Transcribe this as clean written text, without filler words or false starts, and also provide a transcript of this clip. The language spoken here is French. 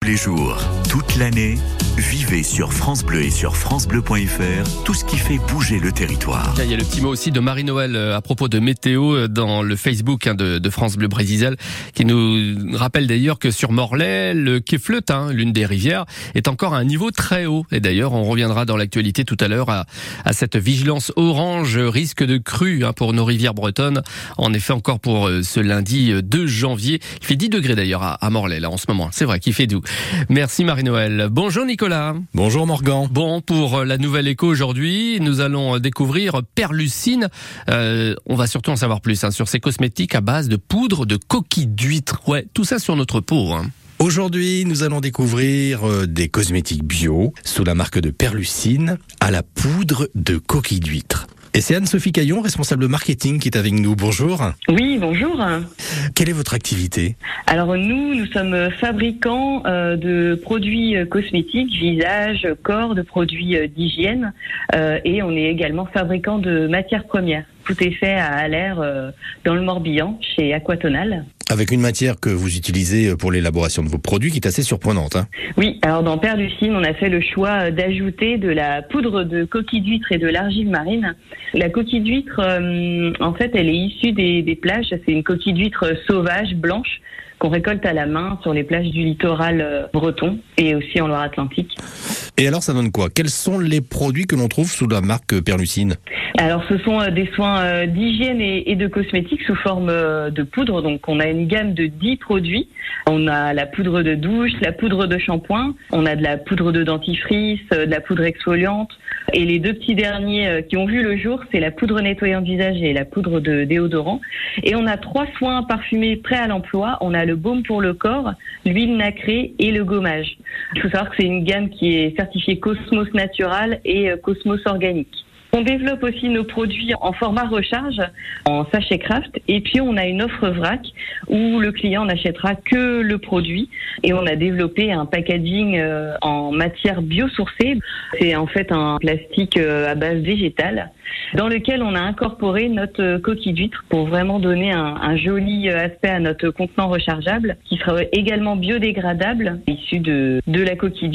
les jours, toute l'année, vivez sur France Bleu et sur francebleu.fr tout ce qui fait bouger le territoire. Il y a le petit mot aussi de Marie-Noël à propos de météo dans le Facebook de France Bleu Brésil, qui nous rappelle d'ailleurs que sur Morlaix, le Quai-Fleut, l'une des rivières, est encore à un niveau très haut. Et d'ailleurs, on reviendra dans l'actualité tout à l'heure à cette vigilance orange risque de crue pour nos rivières bretonnes. En effet, encore pour ce lundi 2 janvier. Il fait 10 degrés d'ailleurs à Morlaix là en ce moment. C'est vrai qu'il fait doux. Merci Marie-Noël. Bonjour Nicolas. Bonjour Morgan. Bon, pour la Nouvelle Écho aujourd'hui, nous allons découvrir Perlucine. On va surtout en savoir plus sur ces cosmétiques à base de poudre de coquille d'huître. Ouais, tout ça sur notre peau. Aujourd'hui, nous allons découvrir des cosmétiques bio sous la marque de Perlucine à la poudre de coquille d'huître. Et c'est Anne-Sophie Caillon, responsable marketing, qui est avec nous. Bonjour. Oui, bonjour. Quelle est votre activité ? Alors nous sommes fabricants de produits cosmétiques, visage, corps, de produits d'hygiène et on est également fabricant de matières premières. Tout est fait à Allaire, dans le Morbihan, chez Aquatonal. Avec une matière que vous utilisez pour l'élaboration de vos produits qui est assez surprenante. Oui, alors dans Perlucine, on a fait le choix d'ajouter de la poudre de coquille d'huître et de l'argile marine. La coquille d'huître, en fait, elle est issue des plages. C'est une coquille d'huître sauvage, blanche, qu'on récolte à la main sur les plages du littoral breton et aussi en Loire-Atlantique. Et alors, ça donne quoi ? Quels sont les produits que l'on trouve sous la marque Perlucine ? Alors, ce sont des soins d'hygiène et de cosmétiques sous forme de poudre. Donc, on a une gamme de 10 produits. On a la poudre de douche, la poudre de shampoing, on a de la poudre de dentifrice, de la poudre exfoliante. Et les deux petits derniers qui ont vu le jour, c'est la poudre nettoyante visage et la poudre de déodorant. Et on a 3 soins parfumés prêts à l'emploi. On a le baume pour le corps, l'huile nacrée et le gommage. Il faut savoir que c'est une gamme qui est certifiée Cosmos Natural et Cosmos Organique. On développe aussi nos produits en format recharge, en sachet craft, et puis on a une offre vrac où le client n'achètera que le produit et on a développé un packaging en matière biosourcée. C'est en fait un plastique à base végétale dans lequel on a incorporé notre coquille d'huître pour vraiment donner un joli aspect à notre contenant rechargeable qui sera également biodégradable issu de la coquille d'huître.